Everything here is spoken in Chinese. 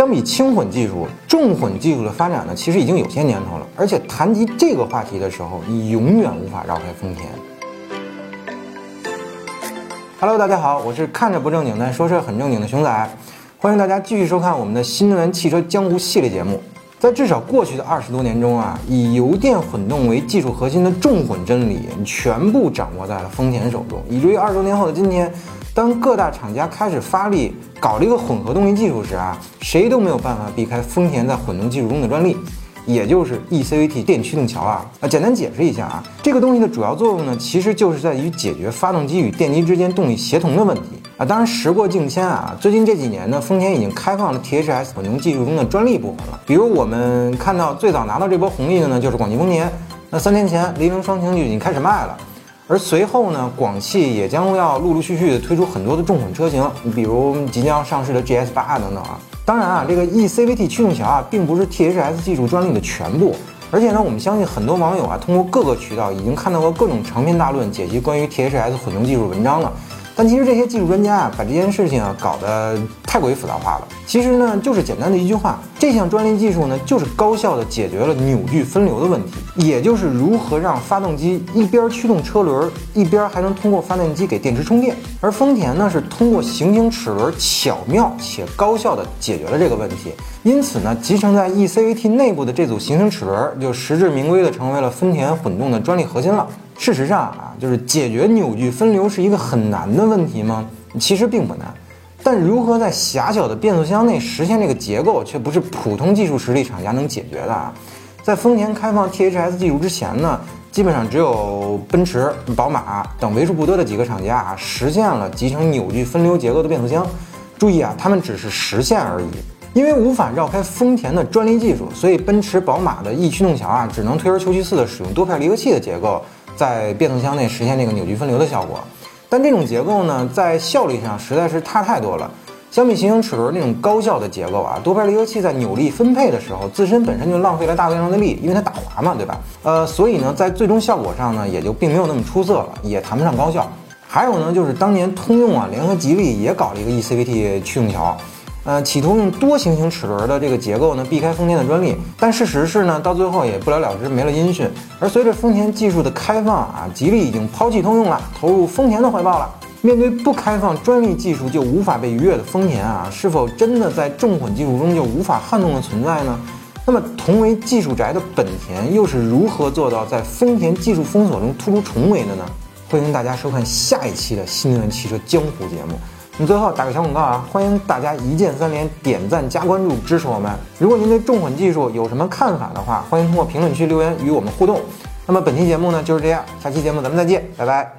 相比轻混技术，重混技术的发展呢，其实已经有些年头了。而且谈及这个话题的时候，你永远无法绕开丰田。Hello， 大家好，我是看着不正经但说事很正经的熊仔，欢迎大家继续收看我们的新能源汽车江湖系列节目。在至少过去的20多年中啊，以油电混动为技术核心的重混真理全部掌握在了丰田手中，以至于20多年后的今天，当各大厂家开始发力搞这个混合动力技术时啊，谁都没有办法避开丰田在混动技术中的专利，也就是 eCVT 电驱动桥啊。简单解释一下啊，这个东西的主要作用呢，其实就是在于解决发动机与电机之间动力协同的问题啊。当然时过境迁啊，最近这几年呢，丰田已经开放了 THS 混动技术中的专利部分了。比如我们看到最早拿到这波红利的呢，就是广汽丰田。那3年前雷凌双擎就已经开始卖了。而随后呢，广汽也将要陆陆续续的推出很多的重混车型，比如即将上市的 GS8等等啊。当然啊，这个 eCVT 驱动桥啊，并不是 THS 技术专利的全部，而且呢，我们相信很多网友啊，通过各个渠道已经看到过各种长篇大论解析关于 THS 混动技术文章了。但其实这些技术专家啊，把这件事情啊搞得太过于复杂化了。其实呢，就是简单的一句话，这项专利技术呢，就是高效的解决了扭矩分流的问题，也就是如何让发动机一边驱动车轮，一边还能通过发电机给电池充电。而丰田呢，是通过行星齿轮巧妙且高效的解决了这个问题。因此呢，集成在 eCVT 内部的这组行星齿轮，就实至名归的成为了丰田混动的专利核心了。事实上啊，就是解决扭矩分流是一个很难的问题吗？其实并不难，但如何在狭小的变速箱内实现这个结构，却不是普通技术实力厂家能解决的啊。在丰田开放 THS 技术之前呢，基本上只有奔驰、宝马等为数不多的几个厂家啊，实现了集成扭矩分流结构的变速箱。注意啊，他们只是实现而已。因为无法绕开丰田的专利技术，所以奔驰、宝马的 E 驱动桥啊，只能退而求其次的使用多片离合器的结构，在变速箱内实现这个扭矩分流的效果。但这种结构呢，在效率上实在是差太多了。相比行星齿轮那种高效的结构啊，多片离合器在扭力分配的时候，自身本身就浪费了大量的力，因为它打滑嘛，对吧？所以呢，在最终效果上呢，也就并没有那么出色了，也谈不上高效。还有呢，就是当年通用啊联合吉利也搞了一个 eCVT 驱动桥。企图用多行星齿轮的这个结构呢，避开丰田的专利，但事实是呢，到最后也不了了之，没了音讯。而随着丰田技术的开放啊，吉利已经抛弃通用了，投入丰田的怀抱了。面对不开放专利技术就无法被逾越的丰田啊，是否真的在重混技术中就无法撼动的存在呢？那么同为技术宅的本田又是如何做到在丰田技术封锁中突出重围的呢？欢迎大家收看下一期的新能源汽车江湖节目。那么最后打个小广告啊，欢迎大家一键3连，点赞加关注支持我们。如果您对重混技术有什么看法的话，欢迎通过评论区留言与我们互动。那么本期节目呢就是这样，下期节目咱们再见，拜拜。